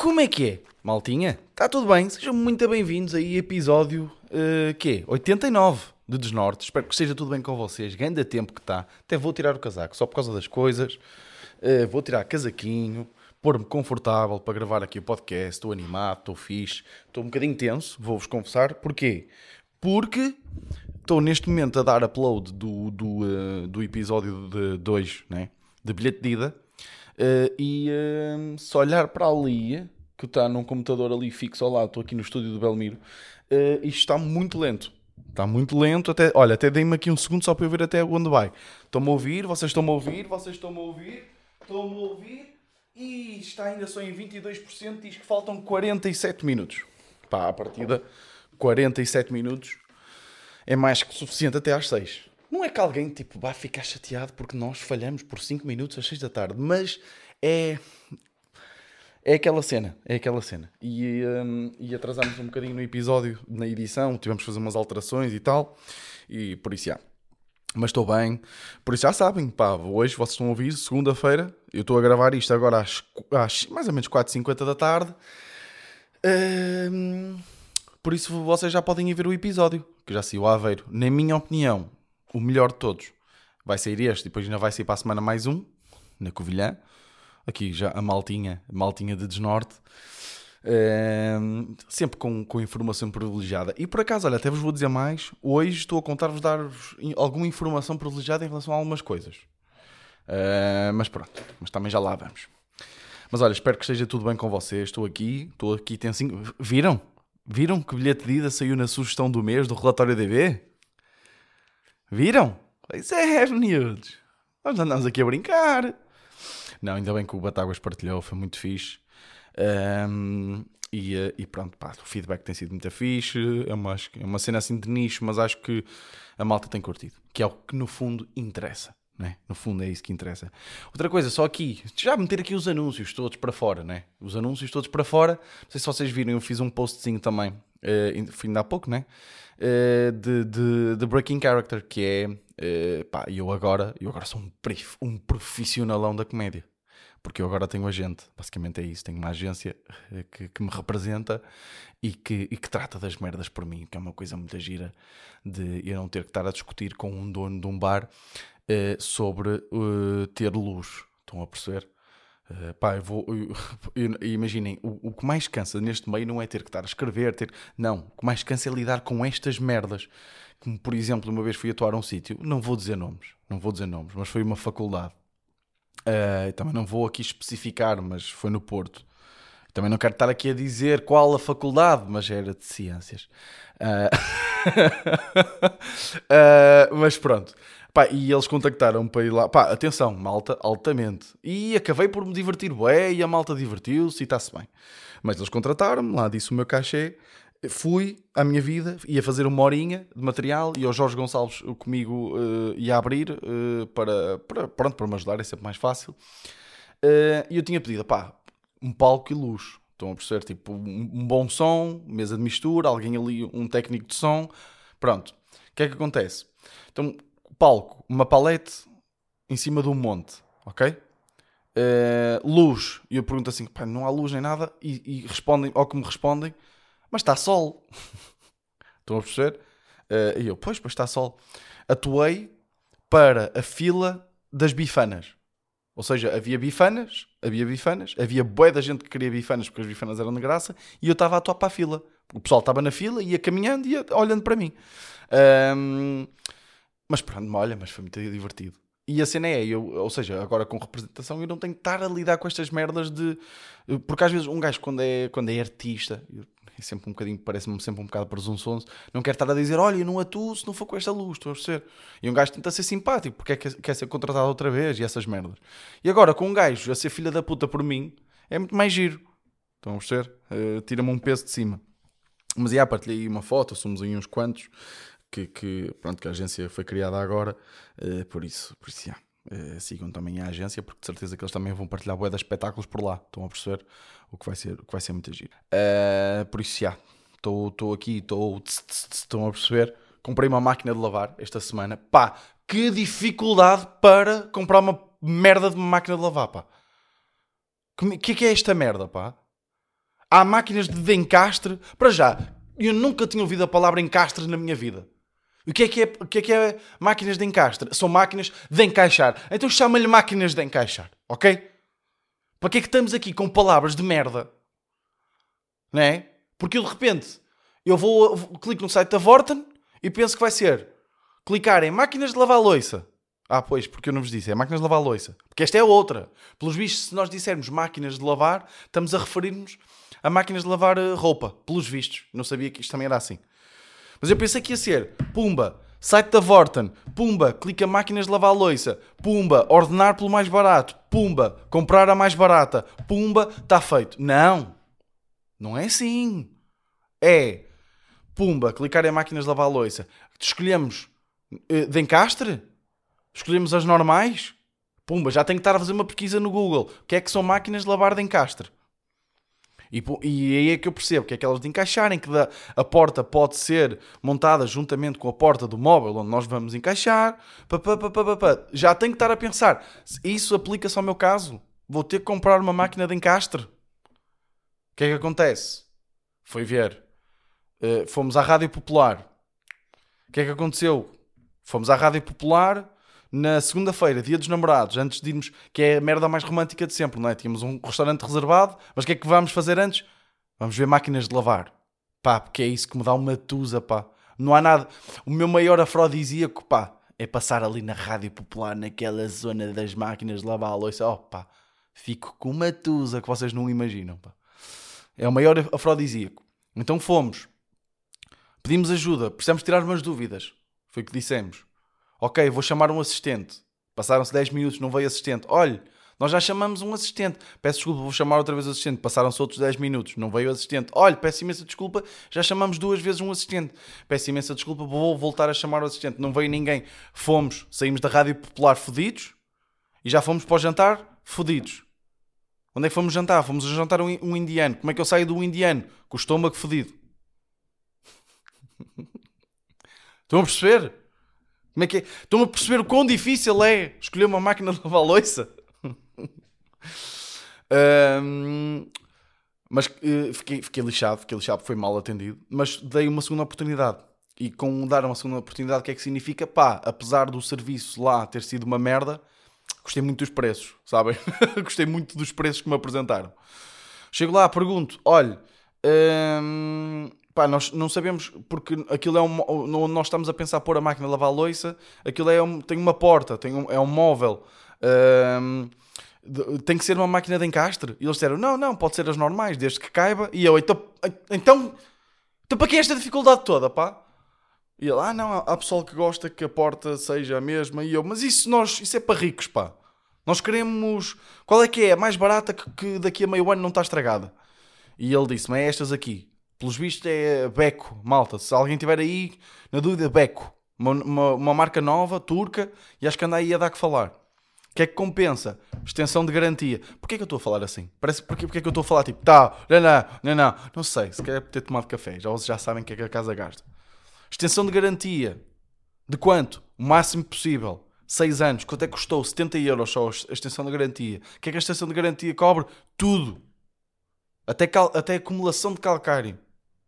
Como é que é, maltinha? Está tudo bem? Sejam muito bem-vindos aí, episódio 89 de Desnorte. Espero que esteja tudo bem com vocês. Ganda tempo que está. Até vou tirar o casaco, só por causa das coisas. Vou tirar casaquinho, pôr-me confortável para gravar aqui o podcast. Estou animado, estou fixe, estou um bocadinho tenso, vou-vos confessar. Porquê? Porque estou neste momento a dar upload do episódio de hoje, né? De bilhete de ida. Se olhar para ali, que está num computador ali fixo ao lado, estou aqui no estúdio do Belmiro, isto está muito lento. Está muito lento. Até dei-me aqui um segundo só para eu ver até onde vai. Estão-me a ouvir, vocês estão-me a ouvir, estão-me a ouvir. E está ainda só em 22%, diz que faltam 47 minutos. Pá, à partida, 47 minutos é mais que suficiente até às 6. Não é que alguém vai ficar chateado porque nós falhamos por 5 minutos às 6 da tarde, mas é aquela cena, E atrasámos um bocadinho no episódio, na edição, tivemos que fazer umas alterações e tal, e por isso já. Mas estou bem, por isso já sabem, pá, hoje vocês estão a ouvir, segunda-feira, eu estou a gravar isto agora às mais ou menos 4h50 da tarde, por isso vocês já podem ir ver o episódio, que já saiu a Aveiro. Na minha opinião, o melhor de todos vai sair este, depois ainda vai sair para a semana mais um, na Covilhã. Aqui já a maltinha de Desnorte. Sempre com informação privilegiada. E por acaso, olha, até vos vou dizer mais. Hoje estou a contar-vos, dar-vos alguma informação privilegiada em relação a algumas coisas. Mas pronto, mas também já lá vamos. Mas olha, espero que esteja tudo bem com vocês. Estou aqui tem 5... Viram? Viram que o bilhete de ida saiu na sugestão do mês do relatório DB? Viram? Pois é, miúdos. Nós andamos aqui a brincar. Não, ainda bem que o Batáguas partilhou, foi muito fixe. E pronto, pá, o feedback tem sido muito fixe. É uma cena assim de nicho, mas acho que a malta tem curtido. Que é o que no fundo interessa, né? No fundo é isso que interessa. Outra coisa, só aqui, já meter aqui os anúncios todos para fora, né? Os anúncios todos para fora. Não sei se vocês viram, eu fiz um postzinho também, foi ainda há pouco, né? De Breaking Character, que é eu agora sou um profissionalão da comédia, porque eu agora tenho agente, basicamente é isso, tenho uma agência que me representa e que trata das merdas por mim, que é uma coisa muito gira de eu não ter que estar a discutir com um dono de um bar sobre ter luz. Estão a perceber? Imaginem, o que mais cansa neste meio não é ter que estar a escrever, não, o que mais cansa é lidar com estas merdas. Como, por exemplo, uma vez fui atuar a um sítio, não vou dizer nomes, mas foi uma faculdade. Também não vou aqui especificar, mas foi no Porto. Também não quero estar aqui a dizer qual a faculdade, mas era de ciências. Mas pronto. Pá, e eles contactaram-me para ir lá. Pá, atenção, malta, altamente. E acabei por me divertir bué, e a malta divertiu-se e está-se bem. Mas eles contrataram-me, lá disse o meu cachê. Fui à minha vida, ia fazer uma horinha de material e o Jorge Gonçalves comigo ia abrir para me ajudar, é sempre mais fácil. E eu tinha pedido, pá, um palco e luz. Estão a perceber? Tipo, um bom som, mesa de mistura, alguém ali, um técnico de som. Pronto. O que é que acontece? Então, palco, uma palete em cima de um monte, ok? Luz. E eu pergunto assim, pá, não há luz nem nada. E respondem, ou que me respondem, mas está sol. Estão a perceber? E eu, pois está sol. Atuei para a fila das bifanas. Ou seja, havia bifanas, havia bué da gente que queria bifanas porque as bifanas eram de graça e eu estava a atuar para a fila. O pessoal estava na fila, ia caminhando e ia olhando para mim. Mas pronto, mas foi muito divertido. E a cena ou seja, agora com representação eu não tenho que estar a lidar com estas merdas de... Porque às vezes um gajo quando é artista, é sempre um bocadinho, parece-me sempre um bocado presunçoso, não quer estar a dizer, olha, eu não atuo se não for com esta luz, estou a perceber? E um gajo tenta ser simpático, porque é que quer ser contratado outra vez e essas merdas. E agora com um gajo a ser filha da puta por mim, é muito mais giro. Estão a perceber? Tira-me um peso de cima. Mas partilhei aí uma foto, somos aí uns quantos, que a agência foi criada agora, por isso sigam também a agência, porque de certeza que eles também vão partilhar bué de espetáculos por lá, estão a perceber o que vai ser muito giro. Por isso estou aqui, estão a perceber, comprei uma máquina de lavar esta semana, pá, que dificuldade para comprar uma merda de uma máquina de lavar, pá. Que é esta merda, pá? Há máquinas de encastre. Para já, eu nunca tinha ouvido a palavra encastre na minha vida. O que é máquinas de encastre? São máquinas de encaixar. Então chama-lhe máquinas de encaixar, ok? Para que é que estamos aqui com palavras de merda? Não é? Porque eu de repente, clico no site da Vorten e penso que vai ser clicar em máquinas de lavar louça. Ah, pois, porque eu não vos disse, é máquinas de lavar louça. Porque esta é outra. Pelos vistos, se nós dissermos máquinas de lavar, estamos a referir-nos a máquinas de lavar roupa. Pelos vistos. Não sabia que isto também era assim. Mas eu pensei que ia ser, pumba, site da Vorten, pumba, clica máquinas de lavar louça, pumba, ordenar pelo mais barato, pumba, comprar a mais barata, pumba, está feito. Não. Não é assim. É, pumba, clicar em máquinas de lavar louça. Escolhemos de encastre? Escolhemos as normais? Pumba, já tenho que estar a fazer uma pesquisa no Google. O que é que são máquinas de lavar de encastre? E aí é que eu percebo que é aquelas de encaixarem, que a porta pode ser montada juntamente com a porta do móvel onde nós vamos encaixar. Já tenho que estar a pensar, isso aplica-se ao meu caso? Vou ter que comprar uma máquina de encastre? O que é que acontece? Foi ver. Fomos à Rádio Popular. O que é que aconteceu? Fomos à Rádio Popular na segunda-feira, dia dos namorados, antes de irmos, que é a merda mais romântica de sempre, não é? Tínhamos um restaurante reservado, mas o que é que vamos fazer antes? Vamos ver máquinas de lavar. Pá, porque é isso que me dá uma tusa, pá. Não há nada. O meu maior afrodisíaco, pá, é passar ali na Rádio Popular, naquela zona das máquinas de lavar a louça. Oh, pá, fico com uma tusa que vocês não imaginam, pá. É o maior afrodisíaco. Então fomos. Pedimos ajuda, precisamos tirar umas dúvidas. Foi o que dissemos. Ok, vou chamar um assistente. Passaram-se 10 minutos, não veio assistente. Olhe, nós já chamamos um assistente. Peço desculpa, vou chamar outra vez o assistente. Passaram-se outros 10 minutos, não veio o assistente. Olhe, peço imensa desculpa, já chamamos 2 vezes um assistente. Peço imensa desculpa, vou voltar a chamar o assistente. Não veio ninguém. Fomos, saímos da Rádio Popular fodidos e já fomos para o jantar fodidos. Onde é que fomos jantar? Fomos a jantar um indiano. Como é que eu saio do indiano? Com o estômago fodido. Estão a perceber? Como é que é? Estão a perceber o quão difícil é escolher uma máquina de lavar louça? Mas fiquei lixado, foi mal atendido. Mas dei uma segunda oportunidade. E com dar uma segunda oportunidade, o que é que significa? Pá, apesar do serviço lá ter sido uma merda, gostei muito dos preços, sabem? Gostei muito dos preços que me apresentaram. Chego lá, pergunto, olha... Pá, nós não sabemos, porque aquilo nós estamos a pensar pôr a máquina de lavar a louça, aquilo tem uma porta, é um móvel, tem que ser uma máquina de encastre. E eles disseram, não, pode ser as normais, desde que caiba. E eu, então para que esta dificuldade toda, pá? E ele, não, há pessoal que gosta que a porta seja a mesma. E eu, mas isso é para ricos, pá. Nós queremos, qual é que é? A mais barata que daqui a meio ano não está estragada. E ele disse-me, é estas aqui. Pelos vistos é Beko, malta. Se alguém tiver aí na dúvida, Beko. Uma marca nova, turca, e acho que anda aí a dar que falar. O que é que compensa? Extensão de garantia. Porquê é que eu estou a falar assim? Porquê é que eu estou a falar tipo, não sei, se quer ter tomado café, já sabem o que é que a casa gasta. Extensão de garantia. De quanto? O máximo possível. 6 anos. Quanto é que custou? 70€ só a extensão de garantia. O que é que a extensão de garantia cobre? Tudo. Até acumulação de calcário.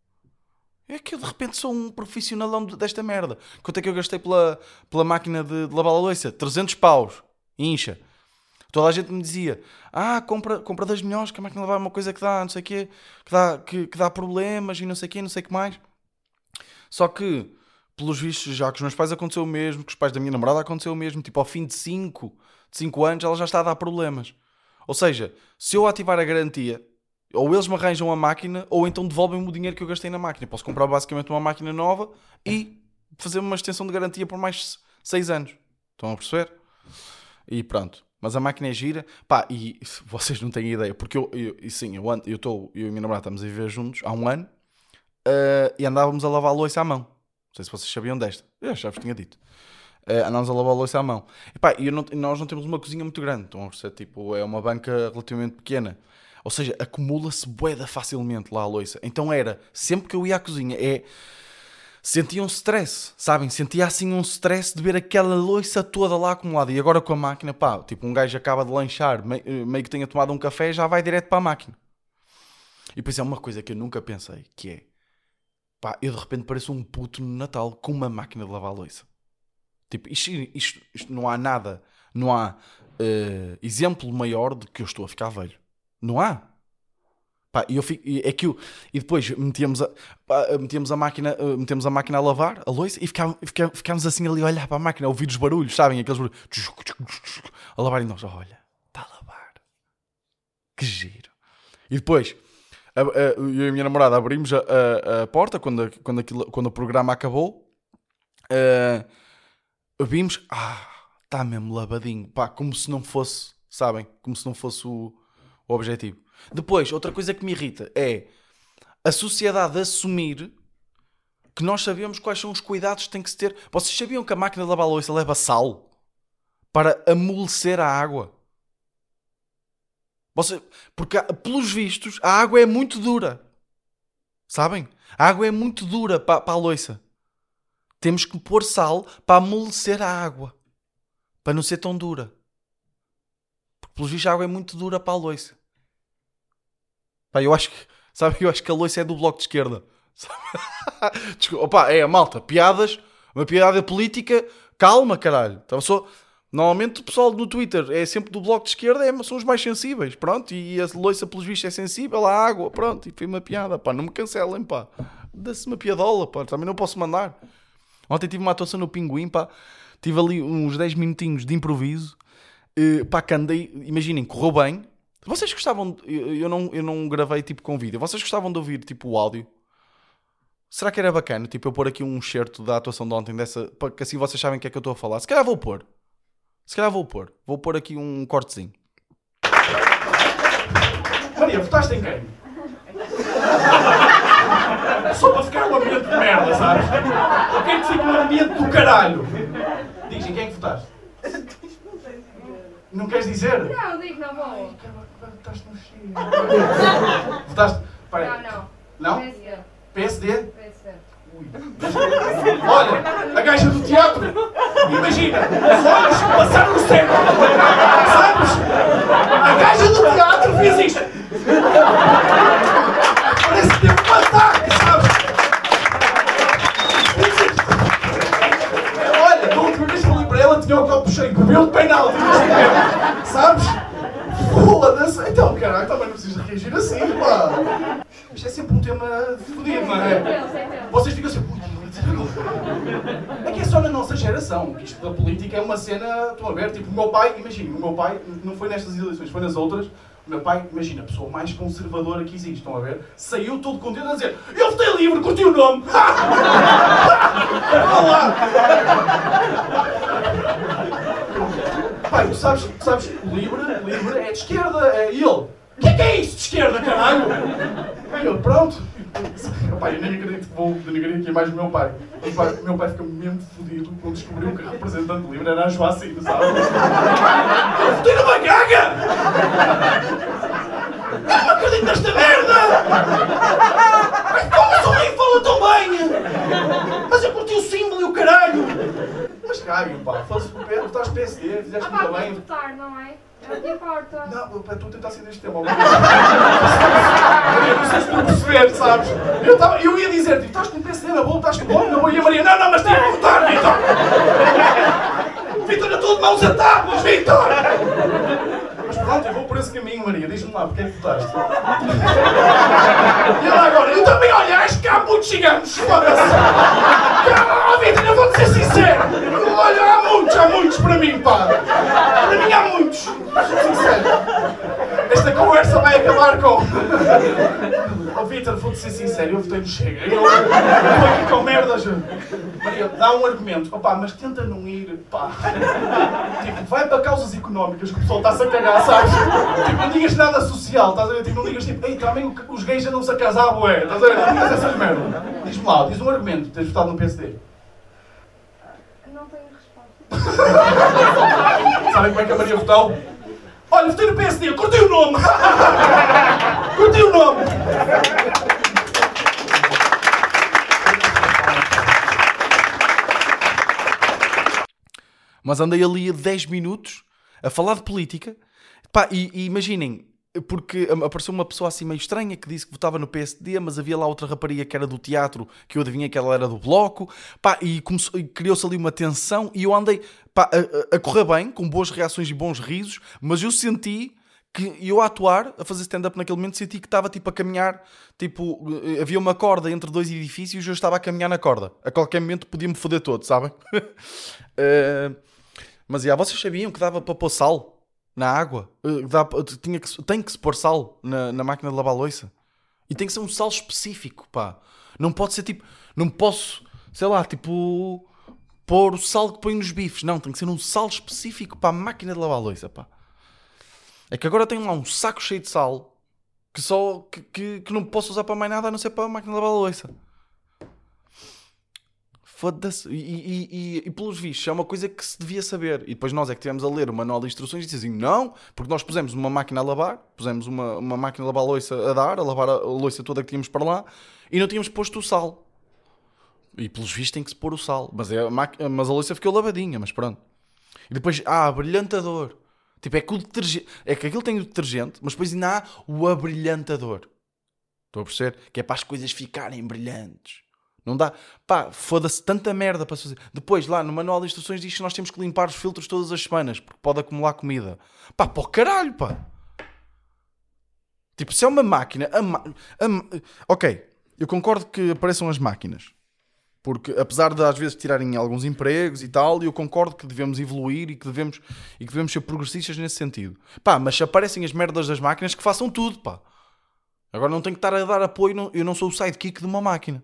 É que eu de repente sou um profissionalão desta merda. Quanto é que eu gastei pela máquina de lavar a louça? 300 paus. Incha. Toda a gente me dizia, compra das melhores, que a máquina de lavar é uma coisa que dá, não sei o quê, que dá problemas e não sei o quê, não sei o que mais. Só que, pelos vistos, já que os meus pais aconteceu o mesmo, que os pais da minha namorada aconteceu o mesmo, tipo ao fim de 5 anos ela já está a dar problemas. Ou seja, se eu ativar a garantia, ou eles me arranjam a máquina, ou então devolvem-me o dinheiro que eu gastei na máquina. Posso comprar basicamente uma máquina nova e fazer uma extensão de garantia por mais 6 anos. Estão a perceber? E pronto. Mas a máquina é gira. Pá, e vocês não têm ideia. Porque eu e a minha namorada estamos a viver juntos há 1 ano e andávamos a lavar a louça à mão. Não sei se vocês sabiam desta. Eu já vos tinha dito. Andávamos a lavar a louça à mão. E pá, nós não temos uma cozinha muito grande. Estão a perceber? Tipo, é uma banca relativamente pequena. Ou seja, acumula-se bué facilmente lá a louça. Então era, sempre que eu ia à cozinha, sentia um stress, sabem? Sentia assim um stress de ver aquela louça toda lá acumulada. E agora com a máquina, pá, tipo um gajo acaba de lanchar, meio que tenha tomado um café, já vai direto para a máquina. E depois é uma coisa que eu nunca pensei, que é, pá, eu de repente pareço um puto no Natal com uma máquina de lavar a louça. Tipo, isto não há nada, não há exemplo maior de que eu estou a ficar velho. Não há. Pá, e depois metíamos a máquina a lavar a louça e ficámos assim ali a olhar para a máquina, a ouvir os barulhos, sabem? Aqueles barulhos a lavar e nós, olha, está a lavar. Que giro. E depois, eu e a minha namorada abrimos a porta quando o programa acabou. Vimos, está mesmo lavadinho, pá, como se não fosse, sabem? Como se não fosse o objetivo. Depois, outra coisa que me irrita é a sociedade assumir que nós sabemos quais são os cuidados que tem que se ter. Vocês sabiam que a máquina de lavar a louça leva sal para amolecer a água? Porque, pelos vistos, a água é muito dura. Sabem? A água é muito dura para a louça. Temos que pôr sal para amolecer a água. Para não ser tão dura. Porque, pelos vistos, a água é muito dura para a louça. Pá, eu acho que a louça é do Bloco de Esquerda. Desculpa, opa, malta, piadas, uma piada política, calma, caralho. Normalmente o pessoal no Twitter é sempre do Bloco de Esquerda, são os mais sensíveis, pronto, e a louça pelos vistos é sensível à água, pronto, e foi uma piada, pá, não me cancelem, pá. Dá-se uma piadola, pá, também não posso mandar. Ontem tive uma atuação no Pinguim, pá, tive ali uns 10 minutinhos de improviso, pá, que andei, imaginem, correu bem. Vocês gostavam, eu não gravei tipo com vídeo, vocês gostavam de ouvir tipo o áudio? Será que era bacana, tipo, eu pôr aqui um excerto da atuação de ontem, para que assim vocês sabem o que é que eu estou a falar? Se calhar vou pôr aqui um cortezinho. Maria, votaste em quem? Só para ficar um ambiente de merda, sabes? Eu quero que fique um ambiente do caralho. Diz, em quem é que votaste? Não queres dizer? Não, digo na boa. Votaste no Chile. Votaste? Não? PSD? PSD. Olha, a gaja do teatro, imagina, os olhos passaram no céu, sabes? A gaja do teatro fez isto. Parece que teve um ataque, sabes? Olha, da última vez que falei para ela, tinha o copo cheio, bebeu de penalti, sabes? Foda-se. Então, caralho, também não precisas reagir assim, pá. Isto é sempre um tema fodido, não é? Vocês ficam assim... É que é só na nossa geração. Isto da política é uma cena... Estão a ver? Tipo, o meu pai... Imagina, o meu pai... Não foi nestas eleições, foi nas outras. O meu pai, imagina, a pessoa mais conservadora que existe. Estão a ver? Saiu todo contente a dizer... Eu votei livre, curti o nome! Olha lá! Pai, tu sabes, livre é de esquerda. E ele... O que é isso de esquerda, caralho? E eu, pronto. Pai, eu nem acredito que vou denegrir aqui mais o meu pai. O meu pai fica mesmo fodido quando descobriu que a representante livre era a Joacine, sabe? Eu votei numa gaga! Eu não acredito nesta merda! Mas como sou bem, fala tão bem! Mas eu curti o símbolo e o caralho! Mas caguem, pá, votaste PSD, fizeste muito bem. Votar, não é? É o que importa. Não, eu estou a tentar sair deste tema. Eu não sei se estou a perceber, sabes? Eu ia dizer, tipo, estás com o PSD na boa, estás com o nome na boa, e a Maria, não, mas tenho que votar, Vitor! Vitor, eu estou de mãos atadas, Vitor! Mas pronto, eu vou por esse caminho, Maria, diz-me lá, porque é que votaste? E ela agora, eu também, olha, acho que há muitos ciganos, foda-se! Vitor, eu vou-te ser sincero! Olha, há muitos para mim, pá! Para mim há muitos! Sincero! Esta conversa vai acabar com... Vitor, vou-te ser sincero, eu votei no Chega. Eu estou aqui com merdas. Maria, dá um argumento. Opá, mas tenta não ir, pá. Tipo, vai para causas económicas que o pessoal está-se a cagar, sabes? Tipo, não digas nada social, estás a ver? Tipo, não digas tipo, ei, também os gays já não se a casar, bué. Estás a ver? Não digas essas merdas. Diz-me lá, diz um argumento. Tens votado no PSD? Não tenho resposta. Sabem como é que a Maria votou? Olha, votei no PSD, curti o nome! Curti o nome! Mas andei ali 10 minutos a falar de política. Pá, e imaginem, porque apareceu uma pessoa assim meio estranha que disse que votava no PSD, mas havia lá outra rapariga que era do teatro, que eu adivinhei que ela era do Bloco, pá, e criou-se ali uma tensão e eu andei, pá, a correr bem, com boas reações e bons risos, mas eu senti que eu a atuar, a fazer stand-up naquele momento, senti que estava tipo a caminhar, tipo, havia uma corda entre dois edifícios e eu estava a caminhar na corda. A qualquer momento podia-me foder todo, sabem? Mas vocês sabiam que dava para pôr sal na água? Tem que se pôr sal na máquina de lavar louça. E tem que ser um sal específico, pá. Não pode ser tipo... Não posso, sei lá, tipo... Pôr o sal que põe nos bifes. Não, tem que ser um sal específico para a máquina de lavar louça, pá. É que agora tenho lá um saco cheio de sal que só... Que não posso usar para mais nada a não ser para a máquina de lavar louça. Foda-se. E pelos vistos é uma coisa que se devia saber. E depois nós é que tivemos a ler o manual de instruções e dizem assim, não, porque nós pusemos uma máquina a lavar, pusemos uma máquina a lavar a louça a dar, a lavar a louça toda que tínhamos para lá, e não tínhamos posto o sal. E pelos vistos tem que se pôr o sal. Mas a louça ficou lavadinha, mas pronto. E depois, brilhantador. Tipo, é que o detergente... É que aquilo tem o detergente, mas depois ainda há o abrilhantador. Estou a perceber? Que é para as coisas ficarem brilhantes. Não dá. Pá, foda-se tanta merda para se fazer. Depois, lá no manual de instruções diz que nós temos que limpar os filtros todas as semanas, porque pode acumular comida. Pá, para o caralho, pá. Tipo, se é uma máquina... Ok, eu concordo que apareçam as máquinas. Porque, apesar de às vezes tirarem alguns empregos e tal, eu concordo que devemos evoluir e que devemos ser progressistas nesse sentido. Pá, mas se aparecem as merdas das máquinas, que façam tudo, pá. Agora não tenho que estar a dar apoio, eu não sou o sidekick de uma máquina.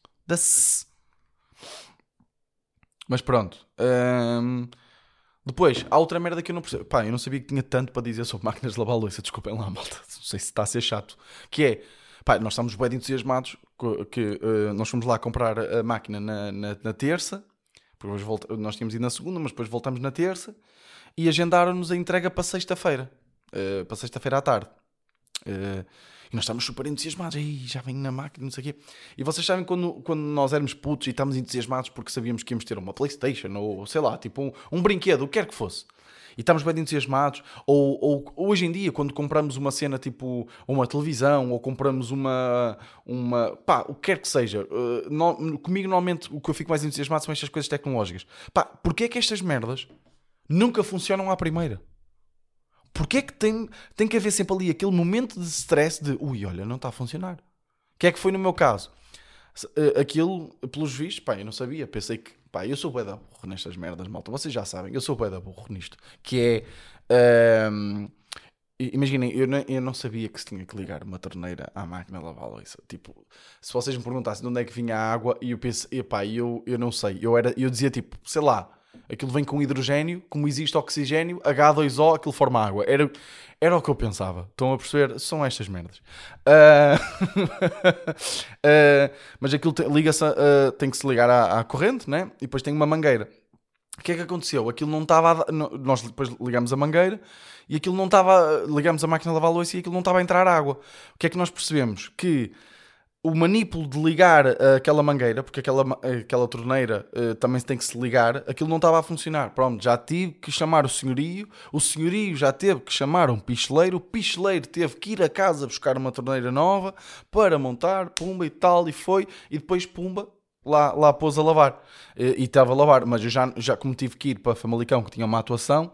Mas pronto. Depois, há outra merda que eu não percebo. Pá, eu não sabia que tinha tanto para dizer sobre máquinas de lavar louça. Desculpem lá, malta. Não sei se está a ser chato. Que é, pá, nós estamos bem entusiasmados que nós fomos lá comprar a máquina na terça. Depois nós tínhamos ido na segunda, mas depois voltamos na terça. E agendaram-nos a entrega para sexta-feira. Para sexta-feira à tarde. E nós estávamos super entusiasmados. Aí já vem na máquina, não sei o quê. E vocês sabem quando nós éramos putos e estávamos entusiasmados porque sabíamos que íamos ter uma PlayStation ou sei lá, tipo um brinquedo, o que quer que fosse. E estávamos bem entusiasmados. Ou hoje em dia, quando compramos uma cena tipo uma televisão ou compramos uma pá, o que quer que seja. Comigo, normalmente, o que eu fico mais entusiasmado são estas coisas tecnológicas. Pá, porquê é que estas merdas nunca funcionam à primeira? Porquê é que tem que haver sempre ali aquele momento de stress de ui, olha, não está a funcionar? O que é que foi no meu caso? Aquilo, pelos vistos, pá, eu não sabia. Pensei que, pá, eu sou bué da burro nestas merdas, malta. Vocês já sabem, eu sou bué da burro nisto. Que é, imaginem, eu não sabia que se tinha que ligar uma torneira à máquina de lavar a louça. Tipo, se vocês me perguntassem de onde é que vinha a água, e eu pensei, pá, eu não sei. Eu dizia tipo, sei lá, aquilo vem com hidrogênio, como existe oxigênio, H2O, aquilo forma água. Era o que eu pensava. Estão a perceber? São estas merdas. Mas aquilo liga-se, tem que se ligar à corrente, né? E depois tem uma mangueira. O que é que aconteceu? Aquilo não estava... Nós depois ligamos a mangueira e aquilo não estava... Ligamos a máquina de lavar a louça e aquilo não estava a entrar água. O que é que nós percebemos? Que o manipulo de ligar aquela mangueira, porque aquela torneira também tem que se ligar, aquilo não estava a funcionar. Pronto, já tive que chamar o senhorio já teve que chamar um picheleiro, o picheleiro teve que ir a casa buscar uma torneira nova para montar, pumba e tal, e foi, e depois pumba, lá pôs a lavar. E estava a lavar, mas eu já como tive que ir para Famalicão, que tinha uma atuação,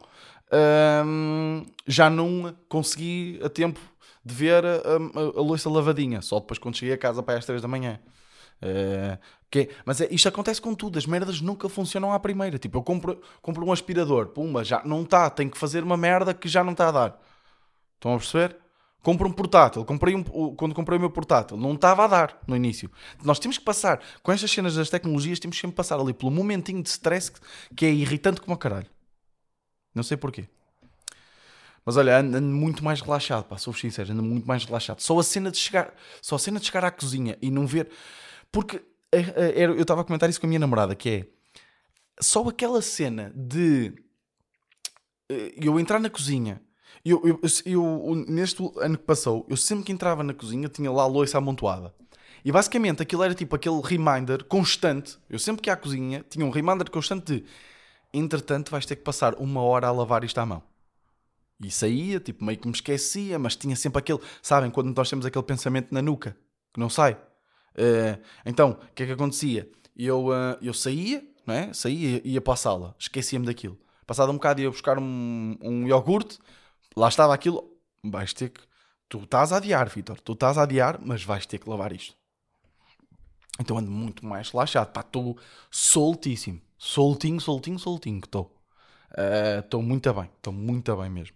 já não consegui a tempo de ver a louça lavadinha, só depois quando cheguei a casa para as 3 da manhã. Mas isto acontece com tudo, as merdas nunca funcionam à primeira. Tipo, eu compro um aspirador, pumba, já não está, tenho que fazer uma merda que já não está a dar. Estão a perceber? Compro um portátil, quando comprei o meu portátil, não estava a dar no início. Nós temos que passar, com estas cenas das tecnologias, temos sempre que passar ali pelo momentinho de stress que é irritante como a caralho. Não sei porquê. Mas olha, ando muito mais relaxado, pá, sou sincero, ando muito mais relaxado. Só a cena de chegar à cozinha e não ver... Porque eu estava a comentar isso com a minha namorada, que é... Só aquela cena de... Eu entrar na cozinha... Eu, neste ano que passou, eu sempre que entrava na cozinha tinha lá a louça amontoada. E basicamente aquilo era tipo aquele reminder constante. Eu sempre que ia à cozinha tinha um reminder constante de... Entretanto vais ter que passar 1 hora a lavar isto à mão. E saía, tipo, meio que me esquecia, mas tinha sempre aquele... Sabem, quando nós temos aquele pensamento na nuca, que não sai? Então, o que é que acontecia? Eu saía, não é? Saía e ia para a sala. Esquecia-me daquilo. Passado um bocado ia buscar um iogurte. Lá estava aquilo. Vais ter que... Tu estás a adiar, Vítor. Tu estás a adiar, mas vais ter que lavar isto. Então ando muito mais relaxado. Pá, estou soltíssimo. Soltinho que estou. Estou muito bem. Estou muito bem mesmo.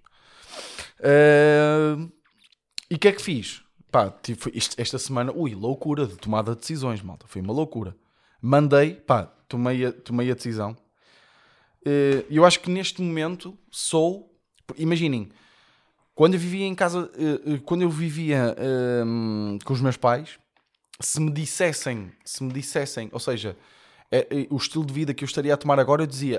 E o que é que fiz? Pá, esta semana, loucura de tomada de decisões, malta. Foi uma loucura. Mandei, pá, tomei a decisão. Eu acho que neste momento imaginem, quando eu vivia em casa, quando eu vivia com os meus pais, se me dissessem, ou seja, o estilo de vida que eu estaria a tomar agora, eu dizia,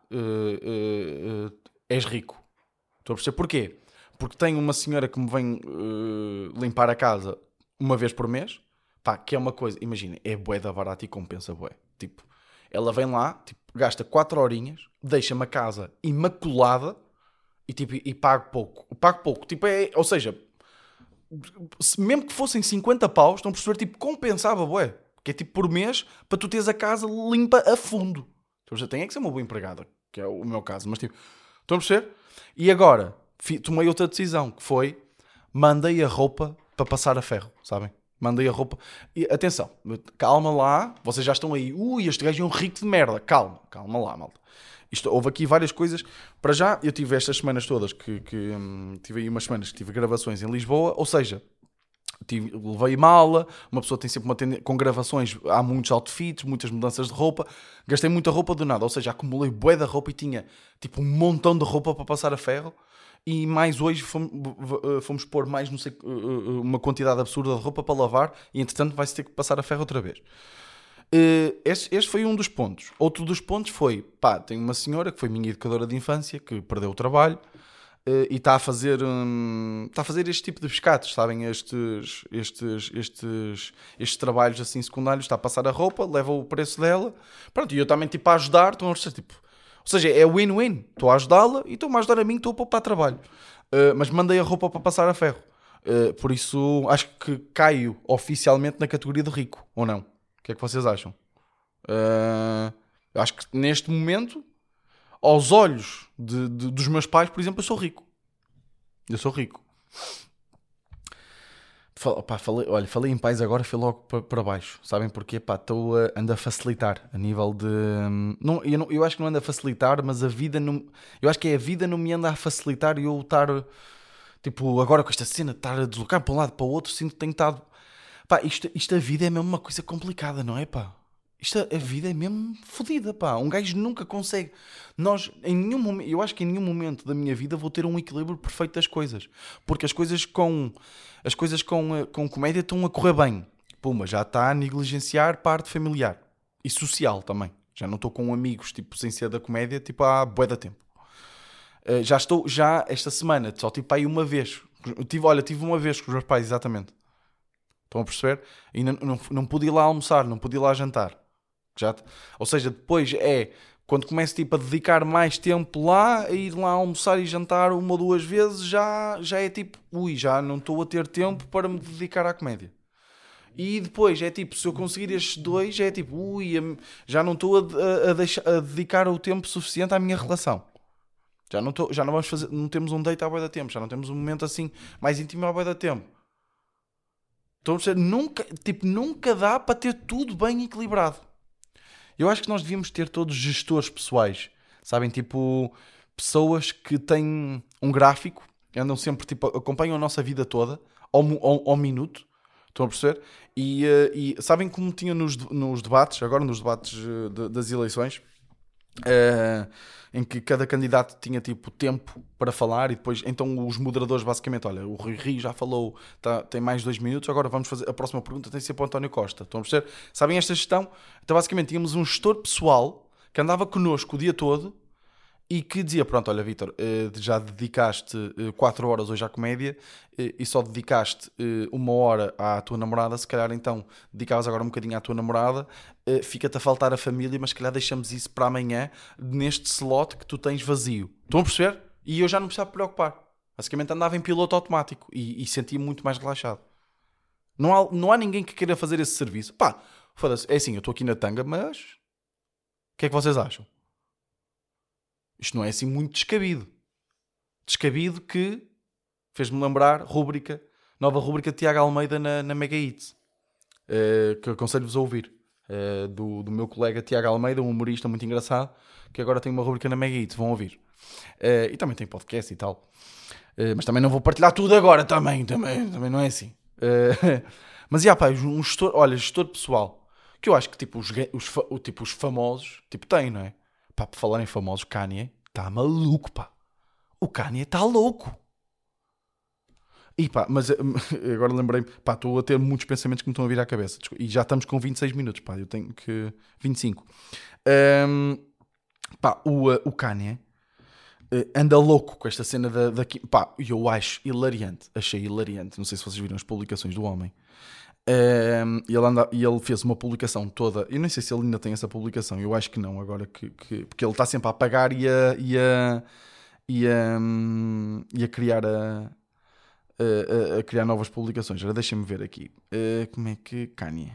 és rico. Estou a perceber porquê? Porque tenho uma senhora que me vem limpar a casa uma vez por mês, pá, que é uma coisa, imagina, é bué da barata e compensa bué. Tipo, ela vem lá, tipo, gasta 4 horinhas, deixa-me a casa imaculada e, tipo, e pago pouco. Pago pouco, tipo, ou seja, mesmo que fossem 50 paus, estão a perceber, tipo, compensava bué. Que é tipo por mês, para tu teres a casa limpa a fundo. Então já tem que ser uma boa empregada, que é o meu caso, mas tipo, estão a perceber? E agora, tomei outra decisão, que foi, mandei a roupa para passar a ferro, sabem? Mandei a roupa. E atenção, calma lá, vocês já estão aí, este gajo é um rico de merda. Calma lá, malta. Houve aqui várias coisas. Para já, eu tive estas semanas todas, tive aí umas semanas que tive gravações em Lisboa, ou seja, levei mala, uma pessoa tem sempre uma tendência, com gravações, há muitos outfits, muitas mudanças de roupa, gastei muita roupa do nada, ou seja, acumulei bué da roupa e tinha tipo um montão de roupa para passar a ferro. E mais hoje fomos pôr mais, não sei, uma quantidade absurda de roupa para lavar e entretanto vai-se ter que passar a ferro outra vez. Este foi um dos pontos. Outro dos pontos foi, pá, tenho uma senhora que foi minha educadora de infância, que perdeu o trabalho e está a fazer este tipo de pescados, sabem? Estes trabalhos assim secundários, está a passar a roupa, leva o preço dela, pronto, e eu também tipo a ajudar, estão a ser tipo... Ou seja, é win-win. Estou a ajudá-la e estou-me a ajudar a mim, estou a poupar trabalho. Mas mandei a roupa para passar a ferro. Por isso, acho que caio oficialmente na categoria de rico, ou não? O que é que vocês acham? Acho que neste momento, aos olhos dos meus pais, por exemplo, eu sou rico. Eu sou rico. Falei em pais agora, fui logo para baixo. Sabem porquê? Pá, ando a facilitar a nível de... eu acho que não ando a facilitar, mas a vida não... Eu acho que é a vida não me anda a facilitar e eu estar... Tipo, agora com esta cena de estar a deslocar para um lado para o outro, sinto que tenho estado... Pá, isto a vida é mesmo uma coisa complicada, não é, pá? A vida é mesmo fodida, pá. Um gajo nunca consegue... eu acho que em nenhum momento da minha vida vou ter um equilíbrio perfeito das coisas. Porque as coisas com comédia estão a correr bem. Puma, já está a negligenciar parte familiar. E social também. Já não estou com amigos, tipo, sem ser da comédia, tipo, há bué da tempo. Já esta semana, só tipo aí uma vez. Tive uma vez com os meus pais, exatamente. Estão a perceber? E não pude ir lá almoçar, não pude ir lá jantar. Ou seja, depois quando começo tipo, a dedicar mais tempo lá, a ir lá almoçar e jantar uma ou duas vezes, já é tipo, já não estou a ter tempo para me dedicar à comédia. E depois é tipo, se eu conseguir estes dois, é tipo, já não estou a dedicar o tempo suficiente à minha relação. Já não vamos fazer, não temos um date à bué da tempo, já não temos um momento assim mais íntimo à bué da tempo. Então, nunca dá para ter tudo bem equilibrado. Eu acho que nós devíamos ter todos gestores pessoais, sabem? Tipo, pessoas que têm um gráfico, andam sempre, tipo, acompanham a nossa vida toda, ao minuto, estão a perceber? E sabem como tinha nos debates, agora nos debates das eleições, em que cada candidato tinha tipo tempo para falar e depois então os moderadores basicamente, olha, o Rui Rio já falou, tem mais 2 minutos, agora vamos fazer a próxima pergunta, tem que ser para o António Costa. Estão a perceber? Sabem esta gestão? Então basicamente tínhamos um gestor pessoal que andava connosco o dia todo e que dizia, pronto, olha Vítor, já dedicaste 4 horas hoje à comédia e só dedicaste 1 hora à tua namorada, se calhar então dedicavas agora um bocadinho à tua namorada, fica-te a faltar a família, mas se calhar deixamos isso para amanhã neste slot que tu tens vazio. Estão a perceber? E eu já não precisava preocupar. Basicamente andava em piloto automático e sentia muito mais relaxado. Não há ninguém que queira fazer esse serviço. Pá, foda-se. É assim, eu estou aqui na tanga, mas... O que é que vocês acham? Isto não é assim muito descabido. Descabido que fez-me lembrar nova rúbrica de Tiago Almeida na Mega Hits. Que eu aconselho-vos a ouvir. Do meu colega Tiago Almeida, um humorista muito engraçado, que agora tem uma rúbrica na Mega Hits. Vão ouvir. E também tem podcast e tal. Mas também não vou partilhar tudo agora. Também não é assim. Mas, pá, um gestor... Olha, gestor pessoal. Que eu acho que, tipo, os famosos... Tipo, tem, não é? Pá, por falar em famosos, Kanye está maluco, pá. O Kanye está louco. E pá, mas agora lembrei-me, pá, estou a ter muitos pensamentos que me estão a vir à cabeça. E já estamos com 26 minutos, pá, eu tenho que... 25. Pá, o Kanye anda louco com esta cena daqui. Pá, eu acho hilariante. Achei hilariante. Não sei se vocês viram as publicações do homem. E ele fez uma publicação toda. Eu nem sei se ele ainda tem essa publicação. Eu acho que não, agora porque ele está sempre a apagar e a criar a criar novas publicações. Agora deixem-me ver aqui. Como é que Kanye?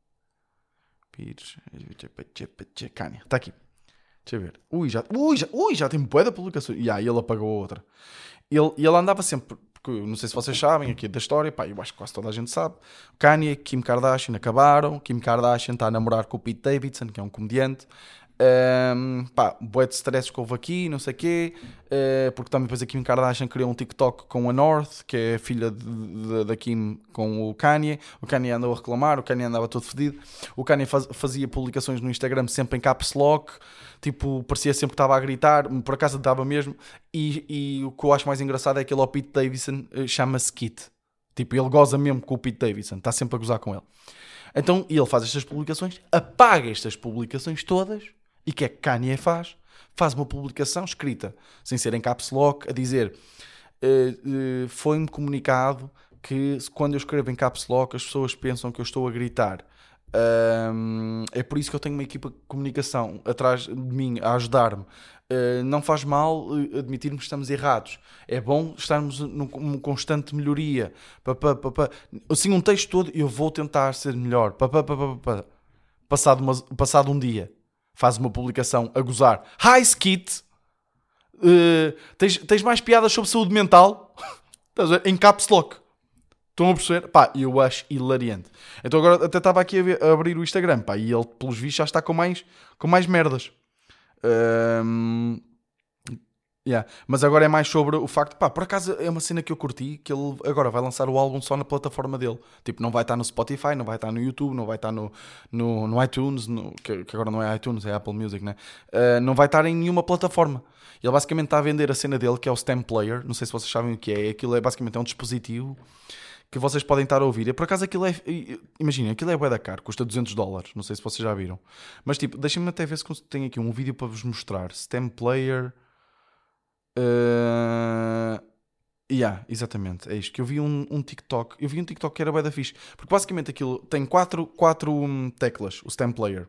Kanye, está aqui. Deixa eu ver. Já tem bué da publicação. E aí ele apagou outra. Ele andava sempre, porque não sei se vocês sabem aqui da história, pá, eu acho que quase toda a gente sabe. Kanye e Kim Kardashian acabaram. Kim Kardashian está a namorar com o Pete Davidson, que é um comediante. Pá, bué de stress que houve aqui, não sei o quê. Porque também depois a Kim Kardashian criou um TikTok com a North, que é a filha da Kim com o Kanye. O Kanye andou a reclamar, o Kanye andava todo fedido. O Kanye fazia publicações no Instagram sempre em caps lock. Tipo, parecia sempre que estava a gritar, por acaso estava mesmo. E o que eu acho mais engraçado é que ele ao Pete Davidson chama-se Kit. Tipo, ele goza mesmo com o Pete Davidson, está sempre a gozar com ele. Então ele faz estas publicações, apaga estas publicações todas. E o que é que Kanye faz? Faz uma publicação escrita, sem ser em caps lock, a dizer: foi-me comunicado que quando eu escrevo em caps lock as pessoas pensam que eu estou a gritar. É por isso que eu tenho uma equipa de comunicação atrás de mim a ajudar-me. Não faz mal admitirmos que estamos errados. É bom estarmos numa constante melhoria. Assim, um texto todo, eu vou tentar ser melhor. Passado um dia, faz uma publicação a gozar. Hi, Skit! Tens mais piadas sobre saúde mental? Estás a ver? Em caps lock. Estão a perceber? Pá, eu acho hilariante. Então agora até estava aqui a abrir o Instagram, pá, e ele, pelos vistos, já está com mais merdas. Mas agora é mais sobre o facto, pá, por acaso é uma cena que eu curti, que ele agora vai lançar o álbum só na plataforma dele. Tipo, não vai estar no Spotify, não vai estar no YouTube, não vai estar no iTunes, que agora não é iTunes, é Apple Music, né? Não vai estar em nenhuma plataforma. Ele basicamente está a vender a cena dele, que é o Stem Player. Não sei se vocês sabem o que é. Aquilo é basicamente um dispositivo que vocês podem estar a ouvir. E por acaso aquilo é... Imagina, aquilo é bué da caro, custa $200. Não sei se vocês já viram. Mas tipo, deixem-me até ver se tenho aqui um vídeo para vos mostrar. Stem Player... exatamente, é isto. Que eu vi um TikTok. Eu vi um TikTok que era bué da fixe. Porque basicamente aquilo tem quatro teclas, o Stem Player.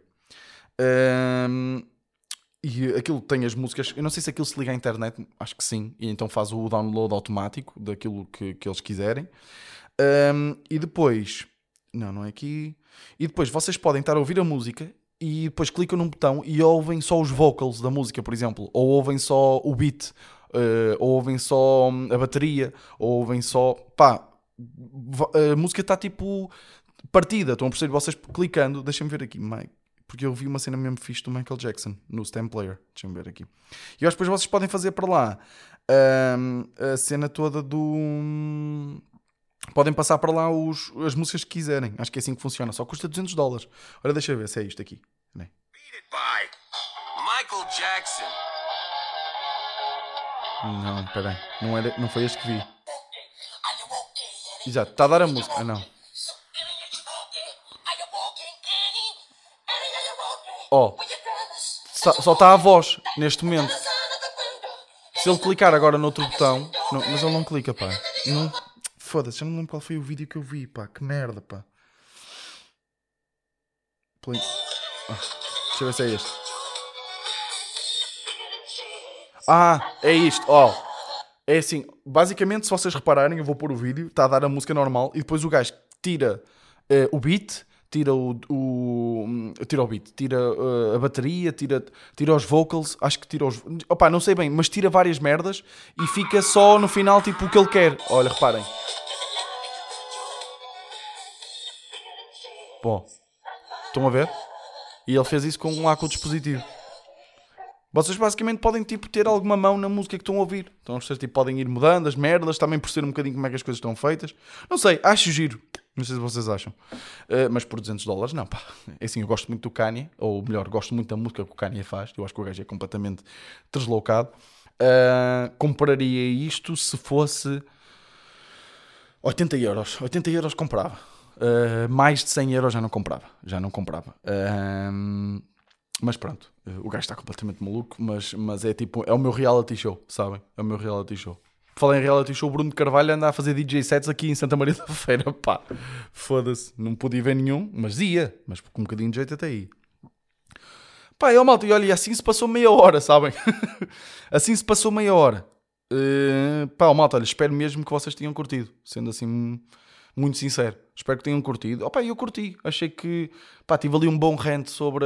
E aquilo tem as músicas. Eu não sei se aquilo se liga à internet, acho que sim. E então faz o download automático daquilo que eles quiserem. E depois, não é aqui. E depois vocês podem estar a ouvir a música e depois clicam num botão e ouvem só os vocals da música, por exemplo, ou ouvem só o beat, ou ouvem só a bateria, ou ouvem só, pá, a música está tipo partida. Estão a perceber? Vocês clicando, deixem-me ver aqui, Mike, porque eu vi uma cena mesmo fixe do Michael Jackson no Stem Player. Deixem-me ver aqui. E depois vocês podem fazer para lá a cena toda do... Podem passar para lá as músicas que quiserem. Acho que é assim que funciona. Só custa $200. Olha, deixa eu ver se é isto aqui. Beat it by Michael Jackson. Não, peraí. Não foi este que vi. Exato, está a dar a música. Ah, não. Só está a voz neste momento. Se ele clicar agora no outro botão... Não, mas ele não clica, pá. Não... Foda-se, já não lembro qual foi o vídeo que eu vi, pá. Que merda, pá. Deixa eu ver se é este. É isto, É assim, basicamente, se vocês repararem, eu vou pôr o vídeo, está a dar a música normal e depois o gajo tira o beat, tira tira o beat, tira a bateria, tira os vocals, acho que tira os... Opá, não sei bem, mas tira várias merdas e fica só no final tipo o que ele quer. Olha, reparem. Pô, estão a ver? E ele fez isso com o dispositivo. Vocês basicamente podem tipo, ter alguma mão na música que estão a ouvir. Então vocês tipo, podem ir mudando as merdas, também por ser um bocadinho como é que as coisas estão feitas. Não sei, acho giro. Não sei se vocês acham. Mas por $200, não, pá. É assim, eu gosto muito do Kanye, ou melhor, gosto muito da música que o Kanye faz. Eu acho que o gajo é completamente deslocado. Compraria isto se fosse 80 euros. 80 euros comprava. Mais de 100 euros já não comprava. Mas pronto, o gajo está completamente maluco, mas é tipo, é o meu reality show, sabem? É o meu reality show. Falei em reality show, o Bruno de Carvalho anda a fazer DJ sets aqui em Santa Maria da Feira, pá. Foda-se, não pude ir ver nenhum, mas com um bocadinho de jeito até aí. Pá, eu malta, e olha, assim se passou meia hora, sabem? Assim se passou meia hora. Pá, malta, olha, espero mesmo que vocês tenham curtido, sendo assim... Muito sincero, espero que tenham curtido. Opa, eu curti, achei que pá, tive ali um bom rant sobre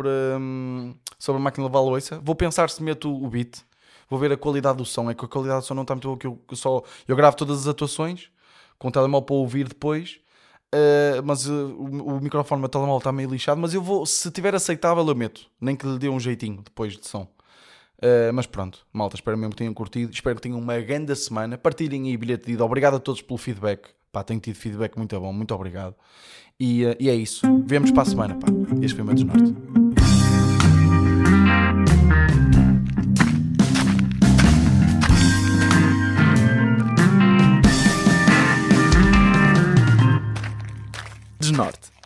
a máquina de lavar a louça. Vou pensar se meto o beat, vou ver a qualidade do som. É que a qualidade do som não está muito boa, eu gravo todas as atuações com o telemóvel para ouvir depois, mas o microfone do meu telemóvel está meio lixado. Mas eu vou, se tiver aceitável, eu meto, nem que lhe dê um jeitinho depois de som. Mas pronto, malta, espero mesmo que tenham curtido. Espero que tenham uma grande semana. Partilhem aí bilhete de ida. Obrigado a todos pelo feedback. Pá, tenho tido feedback muito bom, muito obrigado. E é isso. Vemos para a semana, pá. Este foi o meu Desnorte. Desnorte.